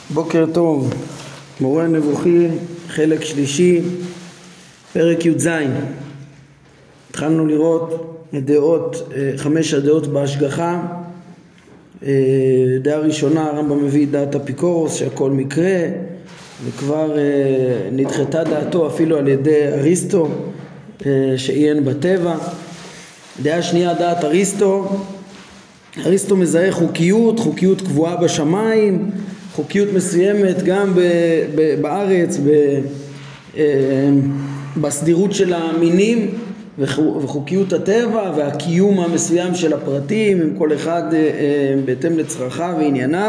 בוקר טוב, מורה נבוכים, חלק שלישי, פרק י"ז. התחלנו לראות חמש הדעות בהשגחה. דעה ראשונה, הרמב"ם מביא דעת אפיקורוס שהכל מקרה, וכבר נדחתה דעתו אפילו על ידי אריסטו שעיין בטבע. דעה שנייה, דעת אריסטו. אריסטו מזהה חוקיות קבועה בשמיים, חוקיות מסוימת גם בארץ, בסדירות של המינים, וחוקיות הטבע והקיום המסוים של הפרטים, עם כל אחד בהתאם לצרכיו וענייניו.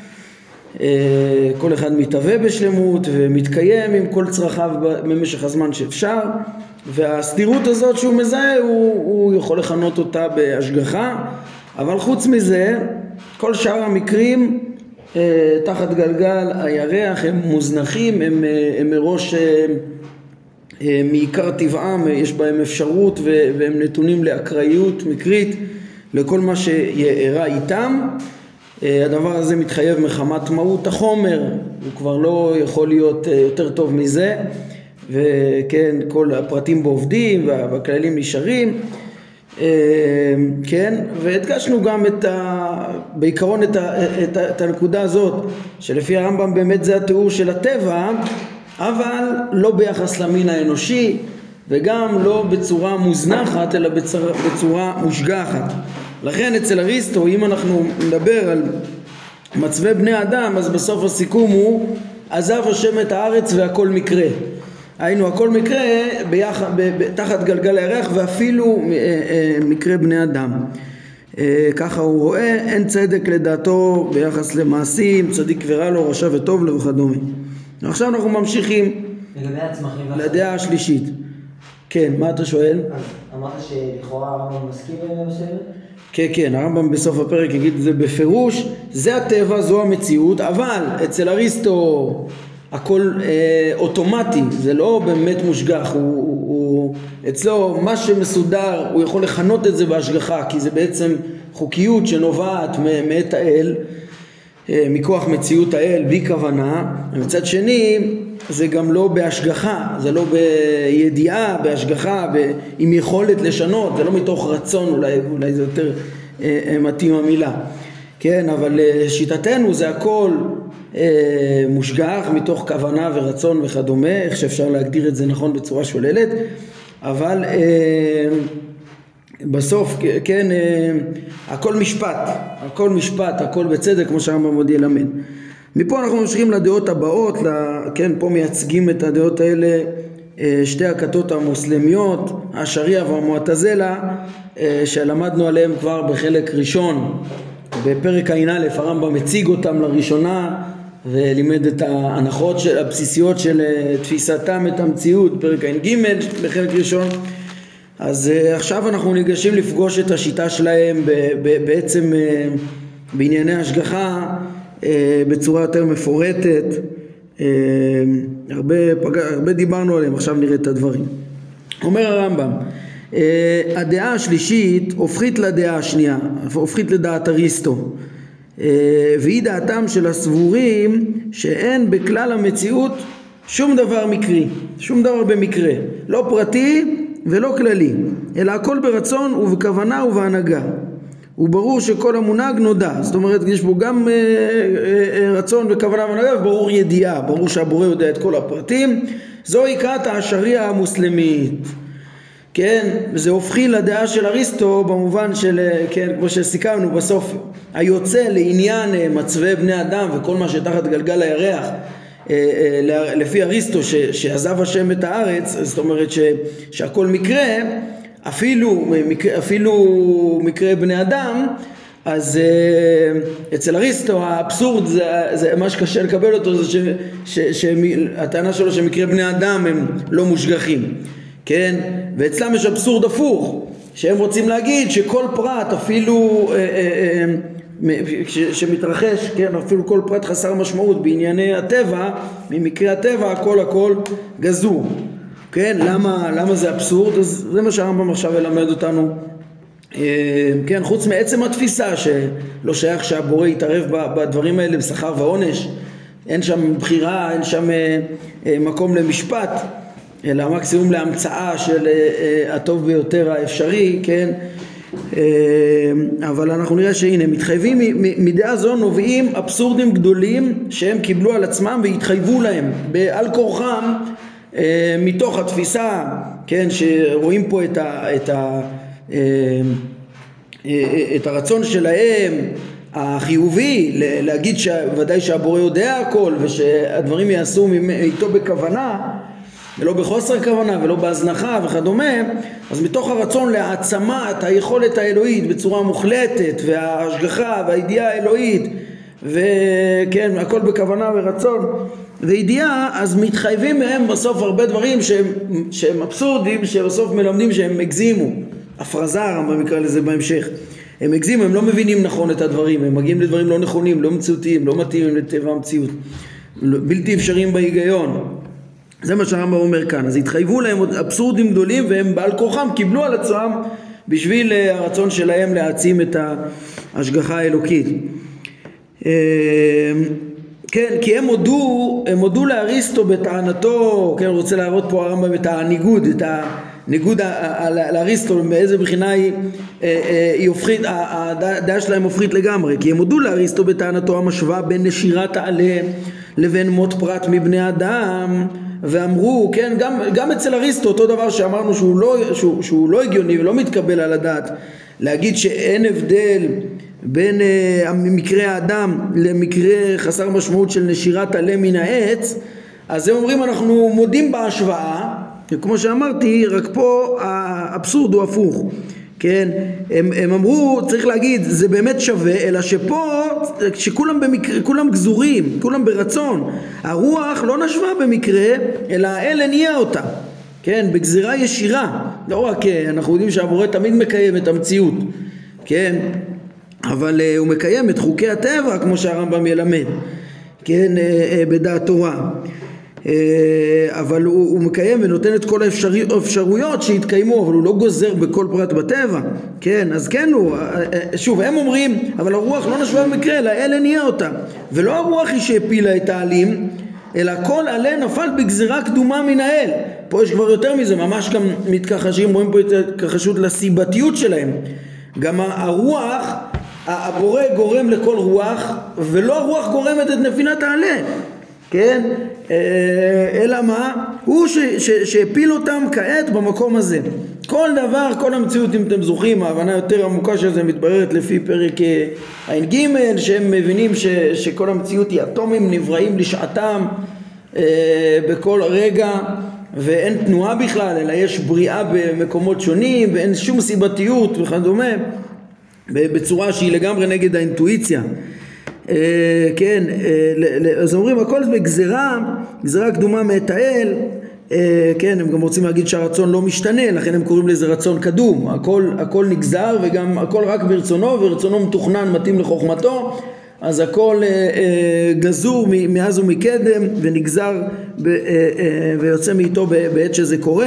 כל אחד מתהווה בשלמות ומתקיים עם כל צרכיו במשך הזמן שאפשר, והסדירות הזאת שהוא מזהה הוא יכול לכנות אותה בהשגחה. אבל חוץ מזה, כל שאר המקרים תחת גלגל הירח הם מוזנחים, הם מראש מעיקר טבעם, יש בהם אפשרות והם נתונים לאקראיות מקרית לכל מה שיארע איתם. הדבר הזה מתחייב מחמת מהות החומר, הוא כבר לא יכול להיות יותר טוב מזה, וכן, כל הפרטים בו עובדים והכללים נשארים. כן, והדגשנו גם בעיקרון את הנקודה הזאת, שלפי הרמב"ם באמת זה התיאור של הטבע, אבל לא ביחס למין האנושי, וגם לא בצורה מוזנחת, אלא בצורה מושגחת. לכן אצל אריסטו, אם אנחנו נדבר על מצבי בני אדם, אז בסוף הסיכום הוא עזב השם את הארץ והכל מקרה. היינו הכל מקרה תחת גלגל הירח, ואפילו מקרה בני אדם. ככה הוא רואה, אין צדק לדעתו ביחס למעשים, צדיק ורע לו, רשע וטוב לו וכדומה. עכשיו אנחנו ממשיכים לדעה השלישית. כן, מה אתה שואל? אמרת שלכאורה הרמב"ם מסכים עם זה? כן, הרמב"ם בסוף הפרק יגיד את זה בפירוש, זה הטבע, זו המציאות, אבל אצל אריסטו הכל אוטומטי, זה לא באמת מושגח, הוא אצלו מה שמסודר, הוא יכול לכנות את זה בהשגחה, כי זה בעצם חוקיות שנובעת מאת האל, מכוח מציאות האל, בלי כוונה. ומצד שני, זה גם לא בהשגחה, זה לא בידיעה, בהשגחה, עם יכולת לשנות, זה לא מתוך רצון, אולי זה יותר מתאים המילה. כן, אבל שיטתנו זה הכל מושגח מתוך כוונה ורצון וכדומה, איך שאפשר להגדיר את זה נכון בצורה שוללת, אבל בסוף, כן, הכל משפט, הכל בצדק, כמו שהרמב"ם עוד ילמד. מפה אנחנו ממשיכים לדעות הבאות, כן, פה מייצגים את הדעות האלה שתי הכתות המוסלמיות, השריעה והמועתזלה, שלמדנו עליהם כבר בחלק ראשון. בפרק ע"א הרמב"ם מציג אותם לראשונה ולימד את ההנחות הבסיסיות של תפיסתם את המציאות, פרק ע"ג בחלק ראשון. אז עכשיו אנחנו ניגשים לפגוש את השיטה שלהם בעצם בענייני השגחה בצורה יותר מפורטת. הרבה דיברנו עליהם, עכשיו נראה את הדברים. אומר הרמב"ם, הדעה השלישית הופכית לדעה השנייה, הופכית לדעת אריסטו, והיא דעתם של הסבורים שאין בכלל המציאות שום דבר מקרי, שום דבר במקרה, לא פרטי ולא כללי, אלא הכל ברצון ובכוונה ובהנהגה. וברור שכל המונהג נודע, זאת אומרת יש בו גם רצון וכוונה והנהגה, וברור ידיעה, ברור שהבורא יודע את כל הפרטים. זוהי קראת השריעה המוסלמית. כן, וזה הופכי לדעה של אריסטו במובן של, כן, כמו שסיכמנו בסוף, היוצא לעניין מצבי בני אדם וכל מה שתחת גלגל הירח, לפי אריסטו שעזב השם את הארץ, זאת אומרת שהכל מקרה, אפילו מקרה בני אדם. אז אצל אריסטו האבסורד, זה מה שקשה לקבל אותו, זה שהטענה שלו שמקרה בני אדם הם לא מושגחים, כן? ואצלם יש אבסורד הפוך, שהם רוצים להגיד שכל פרט, אפילו שמתרחש, כן, אפילו כל פרט חסר משמעות בענייני הטבע, ממקרה הטבע הכל גזור. כן, למה זה אבסורד? אז זה מה שהרמב"ם עכשיו ילמד אותנו כן, חוץ מעצם התפיסה שלא שייך שהבורא יתערב בדברים האלה בשכר ועונש, אין שם בחירה, אין שם מקום למשפט, אלא מקסימום להמצאה של הטוב ביותר האפשרי, כן? אבל אנחנו נראה שהנה מתחייבים מדעה זו נובעים אבסורדים גדולים שהם קיבלו על עצמם והתחייבו להם על כורחם, מתוך התפיסה, כן, שרואים פה את הרצון שלהם החיובי להגיד שוודאי שהבורא יודע הכל ושהדברים יעשו איתו בכוונה ולא בחוסר כוונה ולא בהזנחה וכדומה. אז מתוך הרצון להעצמת היכולת האלוהית בצורה מוחלטת וההשגחה והידיעה האלוהית וכן הכל בכוונה ורצון וידיעה, אז מתחייבים מהם בסוף הרבה דברים שהם אבסורדים, שבסוף מלמדים שהם הגזימו. הפרזה הרמב"ם יקרא לזה בהמשך, הם הגזימו, הם לא מבינים נכון את הדברים, הם מגיעים לדברים לא נכונים, לא מציאותיים, לא מתאימים לטבע המציאות, בלתי אפשריים בהיגיון. זה מה שהרמב"ם אומר כאן. אז התחייבו להם אבסורדים גדולים והם בעל כורחם קיבלו על עצמם בשביל הרצון שלהם להעצים את ההשגחה האלוקית. כן, כי הם הודו לאריסטו בטענתו, כן, רוצה להראות פה הרמב"ם את הניגוד לאריסטו, באיזה בחינה היא הופכית, הדעה שלהם הופכית לגמרי. כי הם הודו לאריסטו בטענתו המשווה בין נשירת העלה לבין מות פרט מבני אדם, ואמרו, כן, גם אצל אריסטו אותו דבר שאמרנו שהוא לא הגיוני ולא מתקבל על הדעת, להגיד שאין הבדל בין מקרה האדם למקרה חסר משמעות של נשירת עלה מן העץ. אז הם אומרים אנחנו מודים בהשוואה, כמו שאמרתי, רק פה האבסורד הוא הפוך, כן? הם אמרו, צריך להגיד, זה באמת שווה, אלא שפה, שכולם במקרה, כולם גזורים, כולם ברצון, הרוח לא נשווה במקרה, אלא האל הניע אותה, כן? בגזירה ישירה. לא רק, אנחנו יודעים שהבורא תמיד מקיים את המציאות, כן? אבל הוא מקיים את חוקי הטבע, כמו שהרמב"ם ילמד, כן? בדעת תורה. אבל הוא מקיים ונותן את כל האפשרויות שהתקיימו, אבל הוא לא גוזר בכל פרט בטבע, כן? אז כן הוא, שוב, הם אומרים, אבל הרוח לא נשווה במקרה, אלא האל הניע אותה, ולא הרוח היא שהפילה את העלים, אלא כל עלה נפל בגזירה קדומה מן האל. פה יש כבר יותר מזה, ממש גם מתכחשים, רואים פה את התכחשות לסיבתיות שלהם. גם הרוח, הבורא גורם לכל רוח, ולא הרוח גורמת את נפילת העלה, כן? אלא מה? הוא שהפיל אותם כעת במקום הזה. כל דבר, כל המציאות, אם אתם זוכרים, ההבנה יותר עמוקה של זה מתבררת לפי פרק ע"ג, שהם מבינים שכל המציאות היא אטומים נבראים לשעתם בכל רגע, ואין תנועה בכלל, אלא יש בריאה במקומות שונים, ואין שום סיבתיות וכדומה, בצורה שהיא לגמרי נגד האינטואיציה. כן, אז אומרים הכל בגזירה, גזירה קדומה מאת האל, כן, הם גם רוצים להגיד שהרצון לא משתנה, לכן הם קוראים לזה רצון קדום, הכל נגזר וגם הכל רק ברצונו, ורצונו מתוכנן מתאים לחוכמתו, אז הכל גזור מאז ומקדם ונגזר ויוצא מאיתו בעת שזה קורה.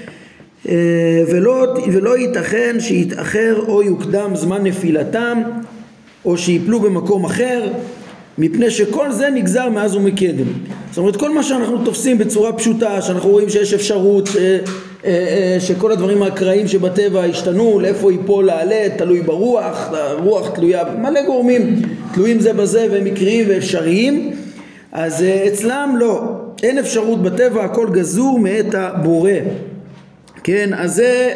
ולא ייתכן שיתאחר או יוקדם זמן נפילתם או שיפלו במקום אחר, מפני שכל זה נגזר מאז ומקדם. זאת אומרת, כל מה שאנחנו תופסים בצורה פשוטה, שאנחנו רואים שיש אפשרות שכל הדברים האקראיים שבטבע השתנו, לאיפה ייפול לעלה, תלוי ברוח, הרוח תלויה, מלא גורמים תלויים זה בזה והם מקריים ואפשריים, אז אצלם לא, אין אפשרות בטבע, הכל גזור מאת הבורא. כן, אז זה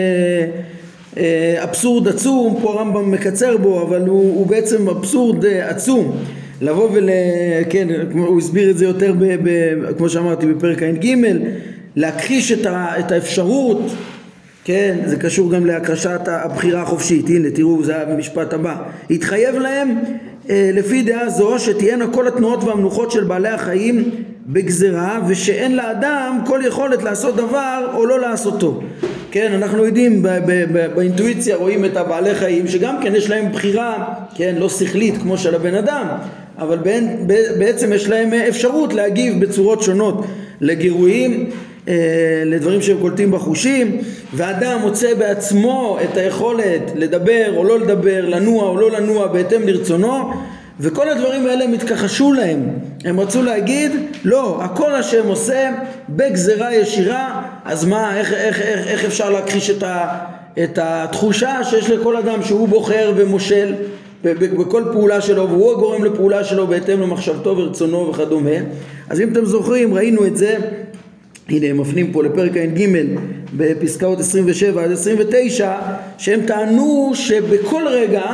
אבסורד עצום, פה הרמב"ם מקצר בו, אבל הוא בעצם אבסורד עצום. לבוא כן, הוא הסביר את זה יותר כמו שאמרתי בפרק ע"ג, להכחיש את האפשרות, כן, זה קשור גם להכחשת הבחירה החופשית. הנה, תראו, זה המשפט הבא. התחייב להם לפי דעה זו שתהיינה כל התנועות והמנוחות של בעלי החיים בגזרה, ושאין לאדם כל יכולת לעשות דבר או לא לעשותו. כן, אנחנו יודעים באינטואיציה, רואים את הבעלי חיים שגם כן יש להם בחירה, כן, לא שכלית כמו של הבן אדם, אבל בעצם יש להם אפשרות להגיב בצורות שונות לגירויים, לדברים שהם קולטים בחושים, ואדם מוצא בעצמו את היכולת לדבר או לא לדבר, לנוע או לא לנוע בהתאם לרצונו, וכל הדברים האלה מתכחשו להם. הם רצו להגיד, לא, הכל השם עושה בגזרה ישירה, אז מה, איך אפשר להכחיש את התחושה שיש לכל אדם שהוא בוחר ומושל בכל פעולה שלו, והוא הגורם לפעולה שלו בהתאם למחשבתו ורצונו וכדומה. אז אם אתם זוכרים, ראינו את זה, הנה הם מפנים פה לפרק ע"ג בפסקאות 27 עד 29, שהם טענו שבכל רגע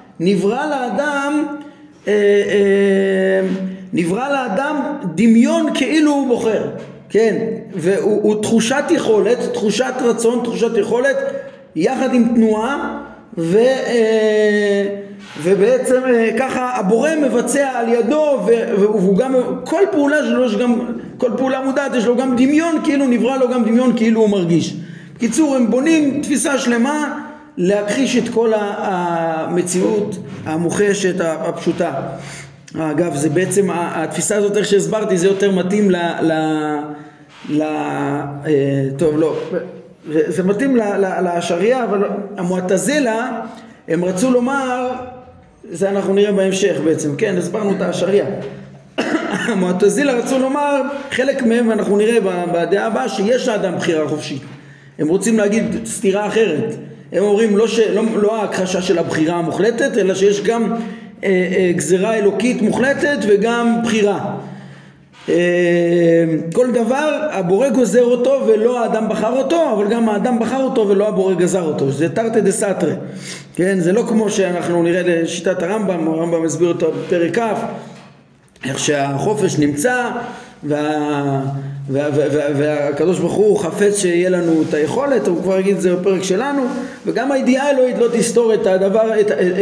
נברא לאדם דמיון כאילו הוא בוחר, כן, והוא תחושת יכולת, תחושת רצון, תחושת יכולת יחד עם תנועה, ובעצם ככה הבורא מבצע על ידו, והוא גם כל פעולה שלו, כל פעולה מודעת יש לו גם דמיון כאילו נברא לו גם דמיון כאילו הוא מרגיש. בקיצור, הם בונים תפיסה שלמה להכחיש את כל המציאות המוחשת הפשוטה. אגב, זה בעצם התפיסה הזאת, איך שהסברתי, זה יותר מתאים טוב, לא, זה מתאים לשריעה, אבל המועתזילה הם רצו לומר, זה אנחנו נראה בהמשך בעצם, כן, הסברנו את השריעה. המועתזילה רצו לומר, חלק מהם אנחנו נראה בדעה הבאה, שיש לאדם בחירה חופשית. הם רוצים להגיד סתירה אחרת. הם אומרים לא ההכחשה של הבחירה המוחלטת, אלא שיש גם גזרה אלוקית מוחלטת וגם בחירה. כל דבר הבורא גוזר אותו ולא האדם בחר אותו, אבל גם האדם בחר אותו ולא הבורא גזר אותו. זה תרתי דה סתרי. כן, זה לא כמו שאנחנו נראה לשיטת הרמב"ם הסביר אותו בפרק כ', איך שהחופש נמצא והקדוש ברוך הוא חפץ שיהיה לנו את היכולת, הוא כבר יגיד את זה בפרק שלנו, וגם הידיעה האלוהית לא תסתור את הדבר,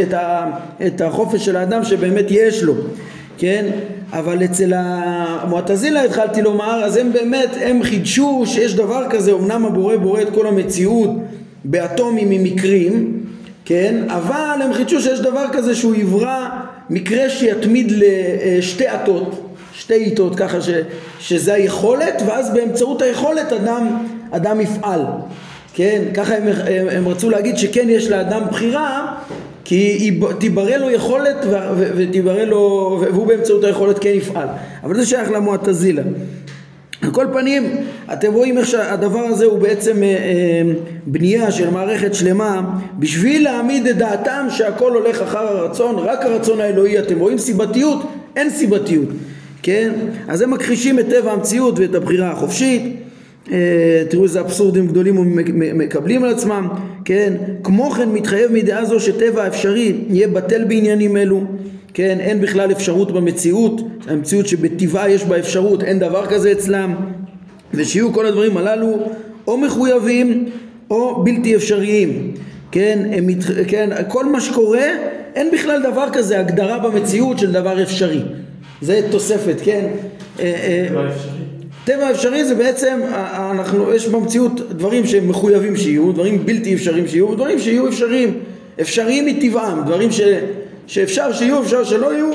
את החופש של האדם שבאמת יש לו, כן? אבל אצל המועתזילה התחלתי לומר, אז הם באמת, הם חידשו שיש דבר כזה, אמנם הבורא בורא את כל המציאות באטומים ממקרים, כן? אבל הם חידשו שיש דבר כזה שהוא יברא מקרה שיתמיד לשתי עתות, שתי עיתות, ככה שזה היכולת, ואז באמצעות היכולת אדם יפעל, כן? ככה הם רצו להגיד שכן יש לאדם בחירה, כי תיברא לו יכולת ותיברא לו, והוא באמצעות היכולת כן יפעל. אבל זה שייך למועתזילה. על כל פנים, אתם רואים איך שהדבר הזה הוא בעצם בנייה של מערכת שלמה, בשביל להעמיד את דעתם שהכל הולך אחר הרצון, רק הרצון האלוהי. אתם רואים סיבתיות? אין סיבתיות, כן? אז הם מכחישים את טבע המציאות ואת הבחירה החופשית. תראו איזה אבסורדים גדולים הם מקבלים על עצמם, כן? כמו כן מתחייב מדעה זו שטבע האפשרי יהיה בטל בעניינים אלו, כן? אין בכלל אפשרות במציאות, המציאות שבטבעה יש בה אפשרות, אין דבר כזה אצלם, ושיהיו כל הדברים הללו או מחויבים או בלתי אפשריים, כן? כן? כל מה שקורה, אין בכלל דבר כזה, הגדרה במציאות של דבר אפשרי. זה תוספת, כן? דבר אפשרי. טבע אפשרי זה בעצם, יש במציאות דברים שהם מחויבים שיהיו, דברים בלתי אפשריים שיהיו, דברים שיהיו אפשריים מטבעם, דברים שאפשר שיהיו, אפשר שלא יהיו,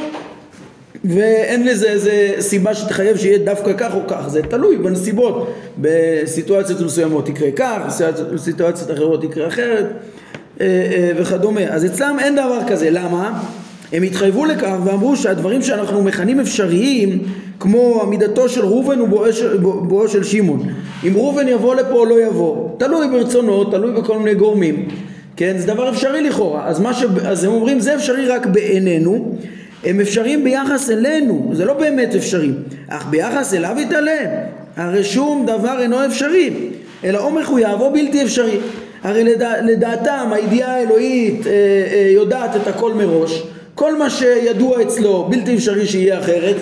ואין לזה איזה סיבה שתחייב שיהיה דווקא כך או כך, זה תלוי בנסיבות, בסיטואציות מסוימות יקרה כך, בסיטואציות אחרות יקרה אחרת, וכדומה. אז אצלם אין דבר כזה, למה? הם התחייבו לכך ואמרו שהדברים שאנחנו מכנים אפשריים, כמו עמידתו של ראובן ובואו של שמעון, אם ראובן יבוא לפה או לא יבוא, תלוי ברצונו, תלוי בכל מיני גורמים, כן? זה דבר אפשרי לכאורה. אז הם אומרים זה אפשרי רק בעינינו, הם אפשריים ביחס אלינו, זה לא באמת אפשרי, אך ביחס אליו יתעלה, הרי שום דבר אינו אפשרי, אלא או מחויב או בלתי אפשרי. הרי לדעתם הידיעה האלוהית יודעת את הכל מראש, כל מה שידוע אצלו בלתי אפשרי שיהיה אחרת,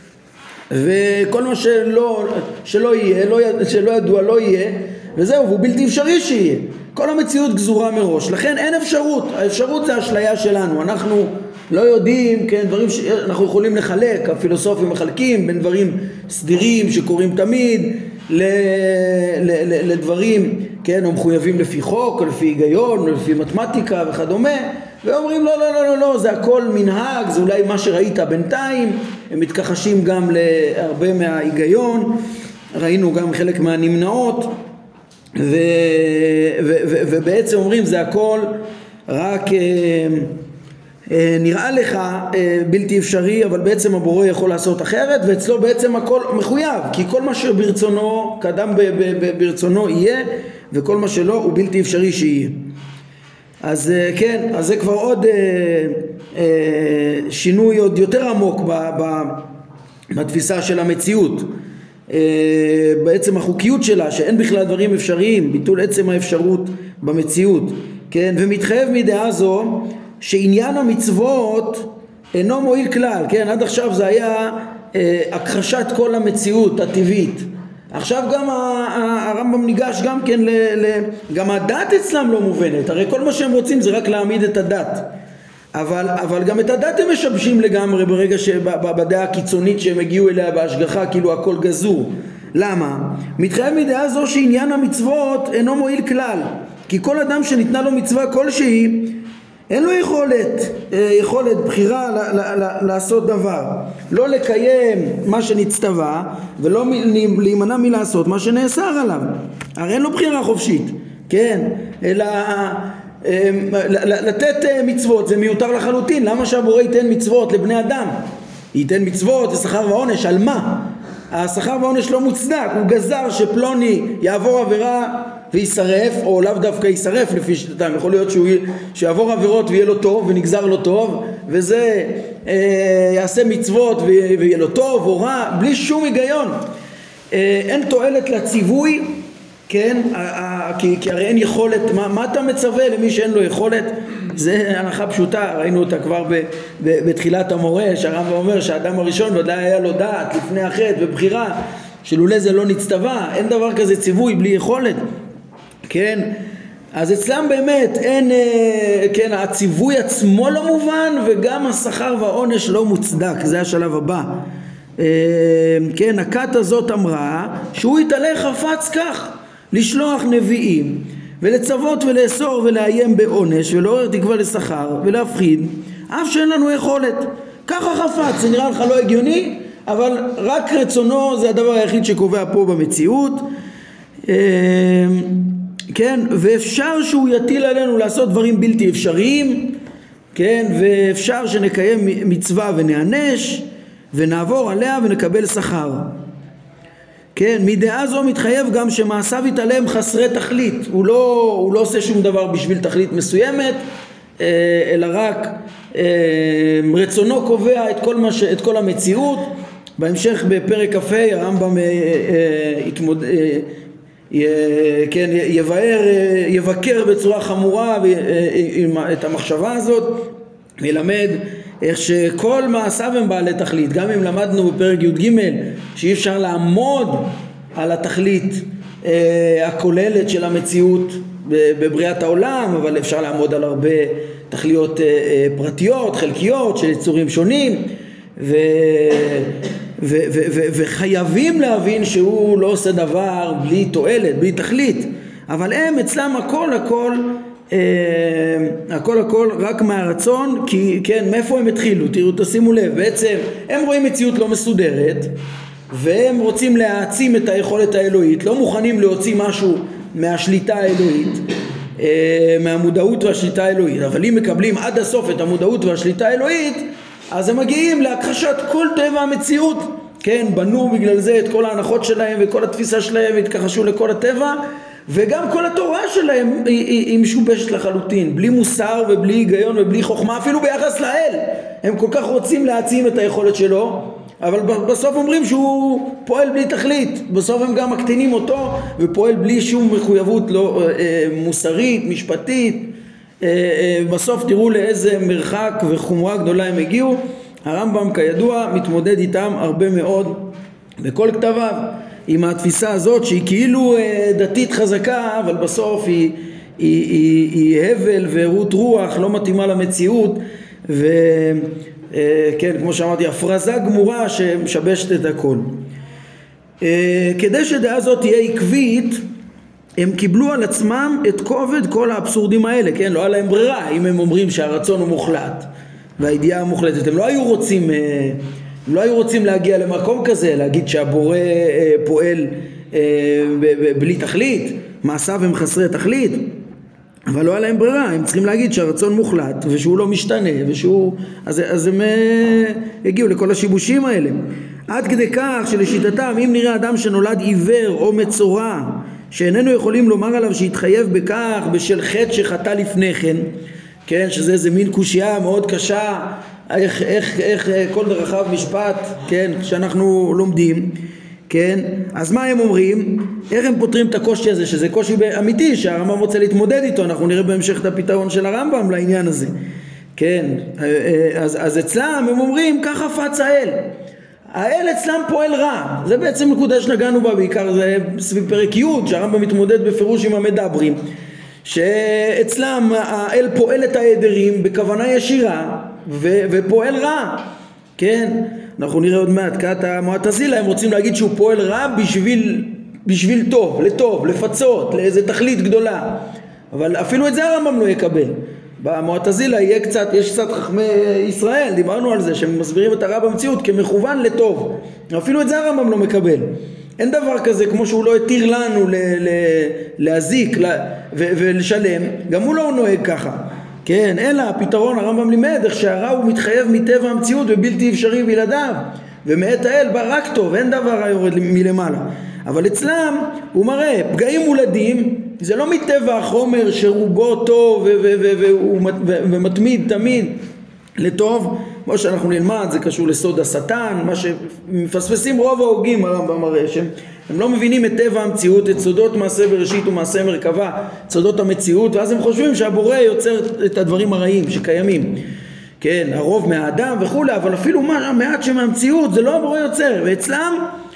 וכל מה שלא יהיה, שלא ידוע לא יהיה, וזהו, והוא בלתי אפשרי שיהיה. כל המציאות גזורה מראש, לכן אין אפשרות. האפשרות זה אשליה שלנו, אנחנו לא יודעים, כן, דברים שאנחנו יכולים לחלק, הפילוסופים מחלקים בין דברים סדירים שקורים תמיד לדברים, כן, או מחויבים לפי חוק או לפי היגיון או לפי מתמטיקה וכדומה, ואומרים לא, לא, לא, לא, לא, זה הכל מנהג, זה אולי מה שראית בינתיים. הם מתכחשים גם להרבה מההיגיון, ראינו גם חלק מהנמנעות, ובעצם אומרים זה הכל רק נראה לך בלתי אפשרי, אבל בעצם הבורא יכול לעשות אחרת, ואצלו בעצם הכל מחויב, כי כל מה שברצונו, קדם ברצונו יהיה, וכל מה שלא הוא בלתי אפשרי שיהיה. אז כן, אז זה כבר עוד שינוי עוד יותר עמוק בתפיסה של המציאות, בעצם החוקיות שלה, שאין בכלל דברים אפשריים, ביטול עצם האפשרות במציאות, כן, ומתחייב מדעה זו שעניין המצוות אינו מועיל כלל, כן, עד עכשיו זה היה הכחשת כל המציאות הטבעית, עכשיו גם הרמב"ם ניגש גם כן גם הדת אצלם לא מובנת, הרי כל מה שהם רוצים זה רק להעמיד את הדת, אבל גם את הדת הם משבשים לגמרי ברגע שבדעה הקיצונית שהם הגיעו אליה בהשגחה, כאילו הכל גזור. למה? מתחייב מדעה זו שעניין המצוות אינו מועיל כלל, כי כל אדם שניתנה לו מצווה כלשהי אין לו יכולת בחירה לעשות דבר, לא לקיים מה שנצטווה ולא להימנע מלעשות מה שנאסר עליו, הרי אין לו בחירה חופשית, כן, אלא לתת מצוות זה מיותר לחלוטין. למה שהבורא ייתן מצוות לבני אדם? ייתן מצוות ושכר ועונש, על מה? השכר והעונש לא מוצדק, הוא גזר שפלוני יעבור עבירה וישרף, או לאו דווקא ישרף לפי שיטתם, יכול להיות שיעבור עבירות ויהיה לו טוב ונגזר לו טוב, וזה יעשה מצוות ויהיה לו טוב או רע, בלי שום היגיון. אין תועלת לציווי, כן, כי הרי אין יכולת, מה אתה מצווה למי שאין לו יכולת? זה הנחה פשוטה, ראינו אותה כבר בתחילת המורה, שהרמב"ם אומר שהאדם הראשון ודאי היה לו דעת לפני החטא ובחירה, שלולא זה לא נצטווה, אין דבר כזה ציווי בלי יכולת, כן, אז אצלם באמת אין, כן, הציווי עצמו לא מובן, וגם השכר והעונש לא מוצדק, זה השלב הבא. כן, הכת הזאת אמרה שהוא יתעלה חפץ כך לשלוח נביאים ולצוות ולאסור ולאיים בעונש ולעורר תקווה לשכר ולהפחיד, אף שאין לנו יכולת. ככה חפץ, זה נראה לך לא הגיוני, אבל רק רצונו זה הדבר היחיד שקובע פה במציאות. כן, ואפשר שהוא יטיל עלינו לעשות דברים בלתי אפשריים, כן, ואפשר שנקיים מצווה ונענש ונעבור עליה ונקבל שכר. כן, מדעה זו מתחייב גם שמעשיו יתעלם חסרי תכלית, הוא לא עושה שום דבר בשביל תכלית מסוימת, אלא רק רצונו קובע את כל המציאות. בהמשך בפרק כ"ה הרמב"ם יבקר בצורה חמורה את המחשבה הזאת, ילמד איך שכל מעשיו הם בעלי תכלית. גם אם למדנו בפרק י"ג שאי אפשר לעמוד על התכלית הכוללת של המציאות בבריאת העולם, אבל אפשר לעמוד על הרבה תכליות פרטיות, חלקיות של יצורים שונים, וחייבים להבין שהוא לא עושה דבר בלי תועלת, בלי תכלית. אבל הם אצלם הכל רק מהרצון, כי כן, מאיפה הם התחילו? תראו, תשימו לב, בעצם הם רואים מציאות לא מסודרת והם רוצים להעצים את היכולת האלוהית, לא מוכנים להוציא משהו מהשליטה האלוהית, מהמודעות והשליטה האלוהית. אבל אם מקבלים עד הסוף את המודעות והשליטה האלוהית, אז הם מגיעים להכחשת כל טבע המציאות. כן, בנו בגלל זה את כל ההנחות שלהם וכל התפיסה שלהם, התכחשו לכל הטבע, וגם כל התורה שלהם היא משובשת לחלוטין, בלי מוסר ובלי היגיון ובלי חוכמה, אפילו ביחס לאל. הם כל כך רוצים להעצים את היכולת שלו, אבל בסוף אומרים שהוא פועל בלי תכלית. בסוף הם גם מקטינים אותו ופועל בלי שום מחויבות לא מוסרית, משפטית. בסוף תראו לאיזה מרחק וחומרה גדולה הם הגיעו. הרמב"ם כידוע מתמודד איתם הרבה מאוד בכל כתביו, עם התפיסה הזאת שהיא כאילו דתית חזקה, אבל בסוף היא הבל ועירות רוח, לא מתאימה למציאות, וכן, כמו שאמרתי, הפרזה גמורה שמשבשת את הכל. כדי שדעה הזאת תהיה עקבית, הם קיבלו על עצמם את כובד כל האבסורדים האלה, כן? לא היה להם ברירה. אם הם אומרים שהרצון הוא מוחלט והידיעה המוחלטת, הם לא היו רוצים להגיע למקום כזה, להגיד שהבורא פועל בלי תכלית, מעשיו הם חסרי תכלית. אבל לא היה להם ברירה, הם צריכים להגיד שהרצון מוחלט ושהוא לא משתנה ושהוא... אז הם הגיעו לכל השיבושים האלה. עד כדי כך שלשיטתם אם נראה אדם שנולד עיוור או מצורע שאיננו יכולים לומר עליו שהתחייב בכך בשל חטא שחטא לפני כן, כן, שזה איזה מין קושייה מאוד קשה, איך כל דרכיו משפט, כן, שאנחנו לומדים, כן, אז מה הם אומרים? איך הם פותרים את הקושי הזה, שזה קושי אמיתי שהרמב"ם רוצה להתמודד איתו, אנחנו נראה בהמשך את הפתרון של הרמב"ם לעניין הזה, כן, אז אצלם הם אומרים כך חפץ האל, האל אצלם פועל רע, זה בעצם נקודה שנגענו בה בעיקר, זה סביב פרק י' שהרמב"ם מתמודד בפירוש עם המדברים, שאצלם האל פועל את העדרים בכוונה ישירה ופועל רע, כן, אנחנו נראה עוד מעט כת המועתזילה הם רוצים להגיד שהוא פועל רע בשביל טוב, לטוב, לפצות, לאיזה תכלית גדולה, אבל אפילו את זה הרמב"ם לא יקבל. במועתזילה יש קצת חכמי ישראל, דיברנו על זה, שהם מסבירים את הרע במציאות כמכוון לטוב, אפילו את זה הרמב"ם לא מקבל. אין דבר כזה כמו שהוא לא התיר לנו להזיק ולשלם, גם הוא לא נוהג ככה, כן, אלא הפתרון הרמב"ם לימד איך שהרע הוא מתחייב מטבע המציאות ובלתי אפשרי בלעדיו, ומאת האל בא רק טוב, אין דבר היורד מלמעלה. אבל אצלם הוא מראה פגעים מולדים, זה לא מטבע החומר שרובו טוב ומתמיד תמיד לטוב, כמו שאנחנו נלמד, זה קשור לסוד השטן, מה שמפספסים רוב ההוגים הרמב"ם מראה שהם לא מבינים את טבע המציאות, את סודות מעשה בראשית ומעשה מרכבה, סודות המציאות, ואז הם חושבים שהבורא יוצר את הדברים הרעים שקיימים, כן, הרוב מהאדם וכו', אבל אפילו מעט שמהמציאות זה לא הבורא יוצר, ואצלם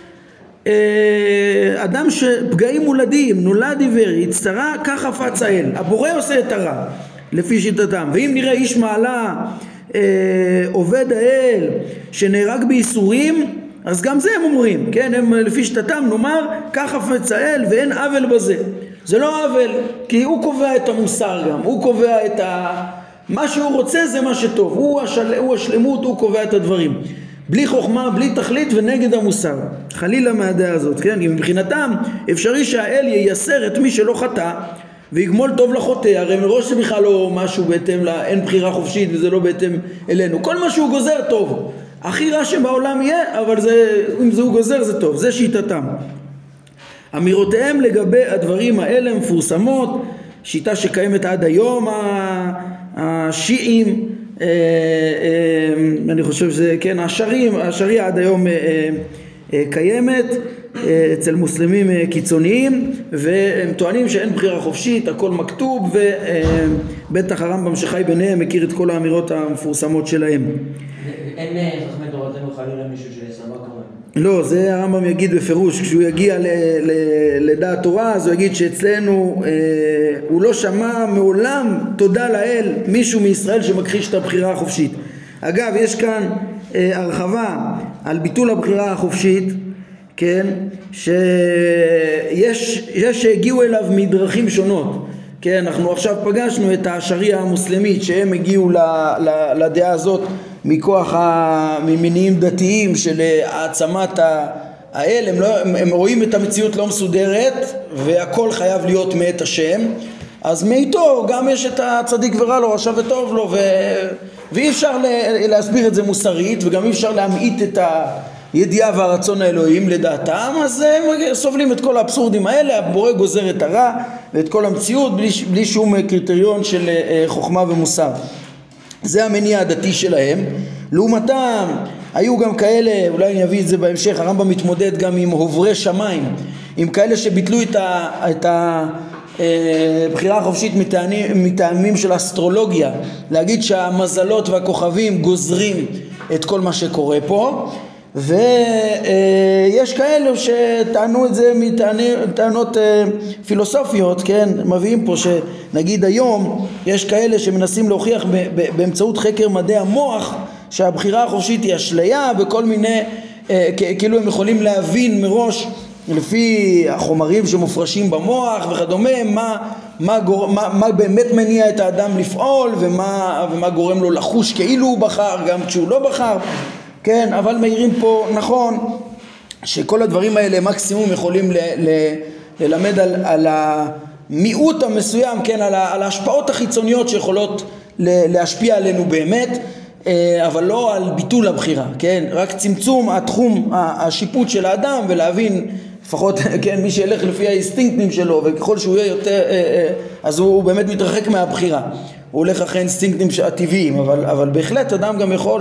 אדם שפגעים מולדים, נולד עיוור, הצטרה, כך חפץ האל, הבורא עושה את הרע לפי שיטתם. ואם נראה איש מעלה עובד האל שנהרג בייסורים, אז גם זה הם אומרים, כן, הם לפי שיטתם נאמר כך חפץ האל ואין עוול בזה, זה לא עוול כי הוא קובע את המוסר, גם הוא קובע את מה שהוא רוצה, זה מה שטוב, הוא השלמות, הוא קובע את הדברים בלי חוכמה, בלי תכלית ונגד המוסר, חלילה מהדעה הזאת, כן? כי מבחינתם אפשרי שהאל ייסר את מי שלא חטא ויגמול טוב לחוטא, הרי מראש זה בכלל לא משהו בהתאם, אין בחירה חופשית וזה לא בהתאם אלינו, כל מה שהוא גוזר טוב, הכי רע שבעולם יהיה, אבל אם זה הוא גוזר זה טוב, זה שיטתם. אמירותיהם לגבי הדברים האלה מפורסמות, שיטה שקיימת עד היום, השיעים, אני חושב שזה, כן, השריעה עד היום קיימת אצל מוסלמים קיצוניים, והם טוענים שאין בחירה חופשית, הכל מכתוב, ובטח הרמב"ם שחי ביניהם מכיר את כל האמירות המפורסמות שלהם. אין חכמי תורתנו חלילה מישהו שסבא כמוהם? לא, זה הרמב"ם יגיד בפירוש, כשהוא יגיע לדעת תורה, אז הוא יגיד שאצלנו הוא לא שמע מעולם, תודה לאל, מישהו מישראל שמכחיש את הבחירה החופשית. אגב, יש כאן הרחבה על ביטול הבחירה החופשית, כן, שיש שהגיעו אליו מדרכים שונות, כן, אנחנו עכשיו פגשנו את השריעה המוסלמית שהם הגיעו לדעה הזאת מכוח ממניעים דתיים של העצמת האל, הם רואים את המציאות לא מסודרת והכל חייב להיות מאת השם, אז מאיתו גם יש את הצדיק ורע לו, רשע וטוב לו, ואי אפשר להסביר את זה מוסרית, וגם אי אפשר להמעיט את הידיעה והרצון האלוהים לדעתם, אז הם סובלים את כל האבסורדים האלה, הבורא גוזר את הרע ואת כל המציאות בלי שום קריטריון של חוכמה ומוסר. זה המניע הדתי שלהם. לעומתם היו גם כאלה, אולי אני אביא את זה בהמשך, הרמב"ם מתמודד גם עם עוברי שמיים, עם כאלה שביטלו את הבחירה החופשית מטעמים של אסטרולוגיה, להגיד שהמזלות והכוכבים גוזרים את כל מה שקורה פה, ויש כאלו שטענו את זה מטענות פילוסופיות, כן, מביאים פה שנגיד היום יש כאלה שמנסים להוכיח באמצעות חקר מדעי המוח שהבחירה החופשית היא אשליה בכל מיני, כאילו הם יכולים להבין מראש לפי החומרים שמופרשים במוח וכדומה מה באמת מניע את האדם לפעול ומה גורם לו לחוש כאילו הוא בחר גם כשהוא לא בחר, כן, אבל מעירים פה נכון שכל הדברים האלה מקסימום יכולים ללמד המיעוט המסוים, כן, על ההשפעות החיצוניות שיכולות להשפיע עלינו באמת, אבל לא על ביטול הבחירה, כן, רק צמצום התחום השיפוט של האדם ולהבין לפחות, כן, מי שילך לפי האינסטינקטים שלו, וככל שהוא יהיה יותר, אז הוא באמת מתרחק מהבחירה, הוא הולך אחרי אינסטינקטים הטבעיים, אבל בהחלט אדם גם יכול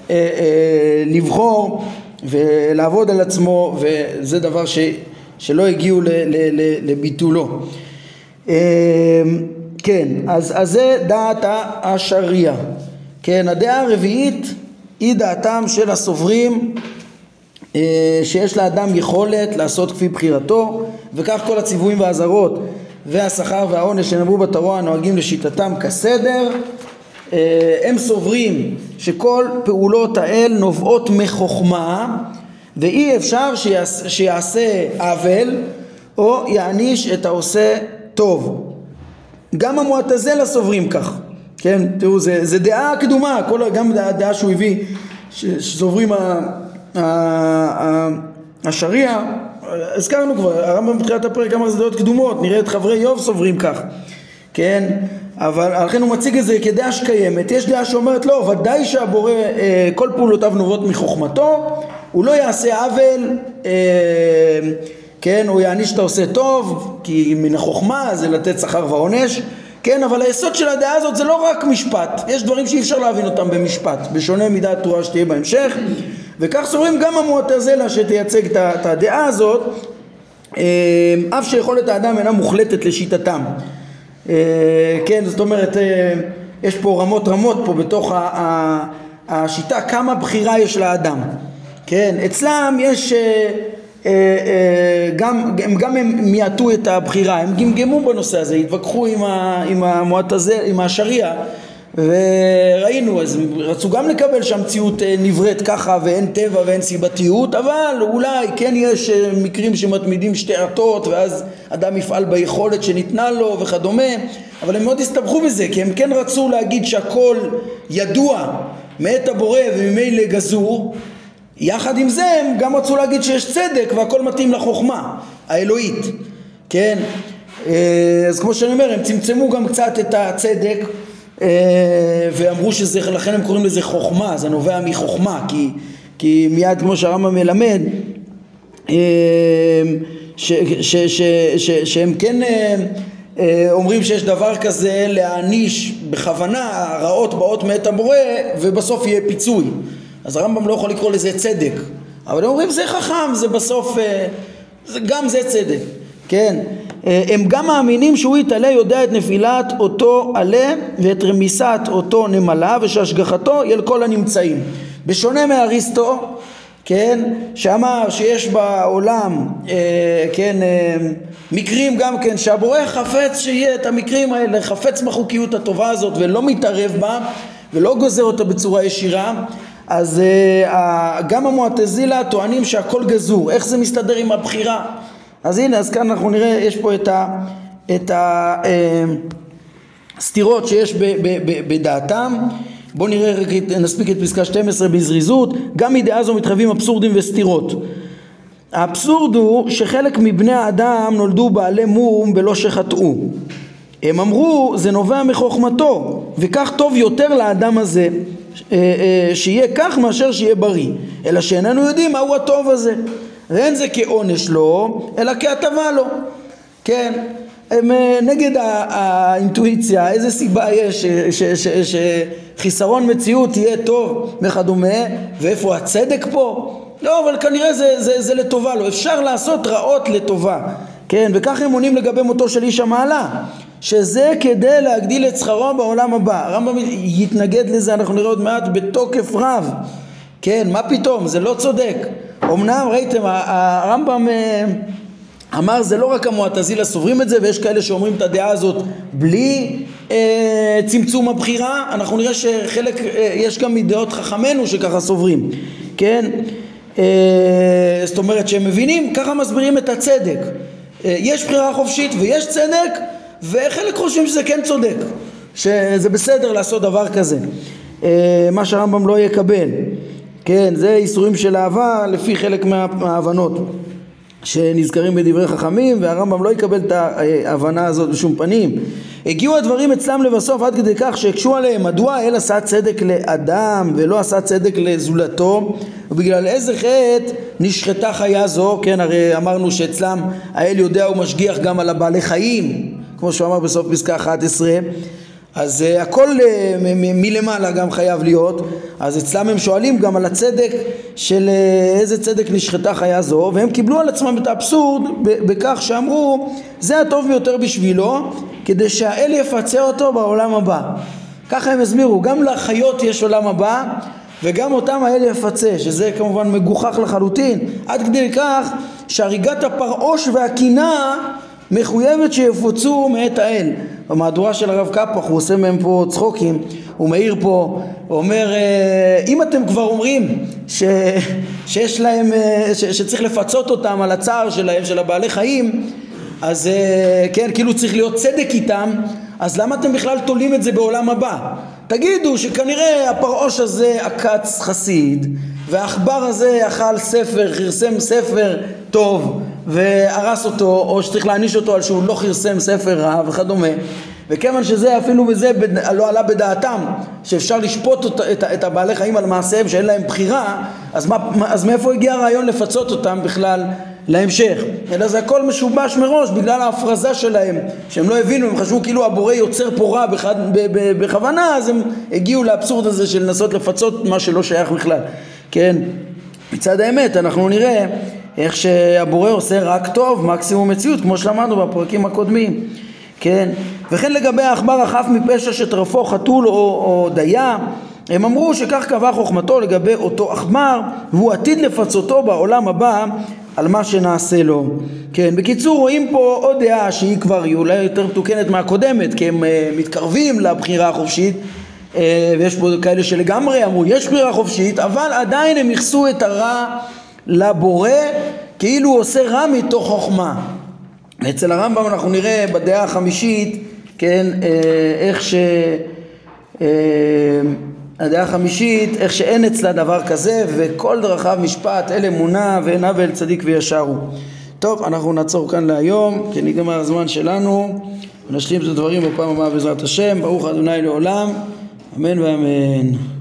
לבחור ולעבוד על עצמו, וזה דבר שלא הגיעו לביטולו. כן, אז זה דעת השריעה. כן, הדעה הרביעית היא דעתם של הסוברים שיש לאדם יכולת לעשות כפי בחירתו, וכך כל הציוויים והאזהרות והשכר והעונש שנאמרו בתורה נוהגים לשיטתם כסדר. הם סוברים שכל פעולות האל נובעות מחוכמה, ואי אפשר שיעשה עוול או יעניש את העושה טוב. גם המועתזלה סוברים כך. כן, תראו, זה דעה קדומה, גם הדעה שהוא הביא, שסוברים השריעה, הזכרנו כבר, הרמב"ם בתחילת הפרק אמר זה דעות קדומות, נראה את חברי איוב סוברים כך, כן, אבל לכן הוא מציג את זה כדעה שקיימת. יש דעה שאומרת לא, ודאי שהבורא כל פעולותיו נובעות מחוכמתו, הוא לא יעשה עוול, כן, הוא יעניש את העושה טוב, כי מן החוכמה זה לתת שכר ועונש, כן, אבל היסוד של הדעה הזאת זה לא רק משפט, יש דברים שאי אפשר להבין אותם במשפט, בשונה מדעת תורה שתהיה בהמשך, וכך סוברים גם המועתזלה שתייצג את הדעה הזאת, אף שיכולת האדם אינה מוחלטת לשיטתם. כן, זאת אומרת, יש פה רמות פה בתוך השיטה, כמה בחירה יש לאדם. כן, אצלם יש, גם הם מיעטו את הבחירה, הם גמגמו בנושא הזה, התווכחו עם השריעה, וראינו, אז רצו גם לקבל שהמציאות נבראת ככה ואין טבע ואין סיבתיות, אבל אולי כן יש מקרים שמתמידים שתי עתות ואז אדם יפעל ביכולת שניתנה לו וכדומה, אבל הם מאוד הסתבכו בזה, כי הם כן רצו להגיד שהכל ידוע מאת הבורא וממילא גזור. יחד עם זה הם גם רצו להגיד שיש צדק והכל מתאים לחוכמה האלוהית, כן? אז כמו שאני אומר, הם צמצמו גם קצת את הצדק, ואמרו שזה, לכן הם קוראים לזה חוכמה, זה נובע מחוכמה, כי מיד כמו שהרמב"ם מלמד, שהם כן אומרים שיש דבר כזה להעניש בכוונה, הרעות באות מאת הבורא ובסוף יהיה פיצוי. אז הרמב"ם לא יכול לקרוא לזה צדק, אבל הם אומרים זה חכם, זה בסוף, גם זה צדק, כן? הם גם מאמינים שהוא יתעלה יודע את נפילת אותו עלה ואת רמיסת אותו נמלה, ושהשגחתו יהיה לכל הנמצאים. בשונה מאריסטו, כן, שאמר שיש בעולם, כן, מקרים גם כן שהבורא חפץ שיהיה את המקרים האלה, חפץ בחוקיות הטובה הזאת ולא מתערב בה ולא גוזר אותה בצורה ישירה. אז גם המועתזילה טוענים שהכל גזור. איך זה מסתדר עם הבחירה? אז הנה, אז כאן אנחנו נראה, יש פה את הסתירות שיש בדעתם. בואו נראה, נספיק את פסקה 12 בזריזות. גם מדעה זו מתחייבים אבסורדים וסתירות. האבסורד הוא שחלק מבני האדם נולדו בעלי מום בלא שחטאו. הם אמרו זה נובע מחוכמתו, וכך טוב יותר לאדם הזה שיהיה כך מאשר שיהיה בריא, אלא שאיננו יודעים מהו הטוב הזה. ואין זה כעונש לו, אלא כהטבה לו. כן, הם נגד האינטואיציה, איזה סיבה יש שחיסרון מציאות יהיה טוב וכדומה, ואיפה הצדק פה? לא, אבל כנראה זה לטובה לו, אפשר לעשות רעות לטובה. כן, וכך הם עונים לגבי מותו של איש המעלה, שזה כדי להגדיל את שכרו בעולם הבא. הרמב"ם יתנגד לזה, אנחנו נראה עוד מעט בתוקף רב. כן, מה פתאום? זה לא צודק. אמנם ראיתם, הרמב"ם אמר זה לא רק המועתזילה סוברים את זה, ויש כאלה שאומרים את הדעה הזאת בלי צמצום הבחירה. אנחנו נראה שחלק, יש גם מדעות חכמינו שככה סוברים. כן, זאת אומרת שהם מבינים, ככה מסבירים את הצדק. יש בחירה חופשית ויש צדק, וחלק חושבים שזה כן צודק, שזה בסדר לעשות דבר כזה, מה שהרמב"ם לא יקבל. כן, זה איסורים של אהבה לפי חלק מההבנות. שנזכרים בדברי חכמים, והרמב"ם לא יקבל את ההבנה הזאת בשום פנים. הגיעו הדברים אצלם לבסוף עד כדי כך שהקשו עליהם, מדוע האל עשה צדק לאדם ולא עשה צדק לזולתו, ובגלל איזה חטא נשחטה חיה זו. כן, הרי אמרנו שאצלם האל יודע ומשגיח גם על הבעלי חיים, כמו שהוא אמר בסוף פסקה 11, אז הכל מלמעלה גם חייב להיות. אז אצלם הם שואלים גם על הצדק של איזה צדק נשחטה חיה זו, והם קיבלו על עצמם את האבסורד בכך שאמרו זה הטוב ביותר בשבילו, כדי שהאל יפצה אותו בעולם הבא. ככה הם הסבירו, גם לחיות יש עולם הבא וגם אותם האל יפצה, שזה כמובן מגוחך לחלוטין, עד כדי כך שהריגת הפרעוש והקינה מחויבת שיפוצו מאת האל. במהדורה של הרב קפח הוא עושה מהם פה צחוקים, הוא מאיר פה, הוא אומר אם אתם כבר אומרים שיש להם, שצריך לפצות אותם על הצער שלהם, של הבעלי חיים, אז כן, כאילו צריך להיות צדק איתם, אז למה אתם בכלל תולים את זה בעולם הבא? תגידו שכנראה הפרעוש הזה עקץ חסיד, והאחבר הזה אכל ספר, חרסם ספר טוב והרס אותו, או שצריך להעניש אותו על שהוא לא חרסם ספר רע וכדומה. וכיוון שזה אפילו בזה לא עלה בדעתם שאפשר לשפוט את הבעלי חיים על מעשיהם שאין להם בחירה, אז מאיפה הגיע הרעיון לפצות אותם בכלל להמשך? אלא זה הכל משובש מראש בגלל ההפרזה שלהם, שהם לא הבינו, הם חשבו כאילו הבורא יוצר פה רע בכוונה, אז הם הגיעו לאבסורד הזה של לנסות לפצות מה שלא שייך בכלל. כן, מצד האמת אנחנו נראה איך שהבורא עושה רק טוב, מקסימום מציאות, כמו שלמדנו בפרקים הקודמים. כן, וכן לגבי האחבר החף מפשע שטרפו חתול או דיה, הם אמרו שכך קבע חוכמתו לגבי אותו עכבר, והוא עתיד לפצותו בעולם הבא על מה שנעשה לו. כן, בקיצור רואים פה עוד דעה שהיא כבר אולי יותר מתוקנת מהקודמת, כי הם מתקרבים לבחירה החופשית, ויש פה כאלה שלגמרי אמרו יש בחירה חופשית, אבל עדיין הם יכסו את הרע לבורא כאילו הוא עושה רע מתוך חוכמה. אצל הרמב"ם אנחנו נראה בדעה החמישית, כן, הדעה החמישית, איך שאין אצלה דבר כזה, וכל דרכיו משפט, אל אמונה ואין עוול צדיק וישר הוא. טוב, אנחנו נעצור כאן להיום, כי נגמר הזמן שלנו, ונשלים את הדברים בפעם הבאה בעזרת השם. ברוך ה' לעולם, אמן ואמן.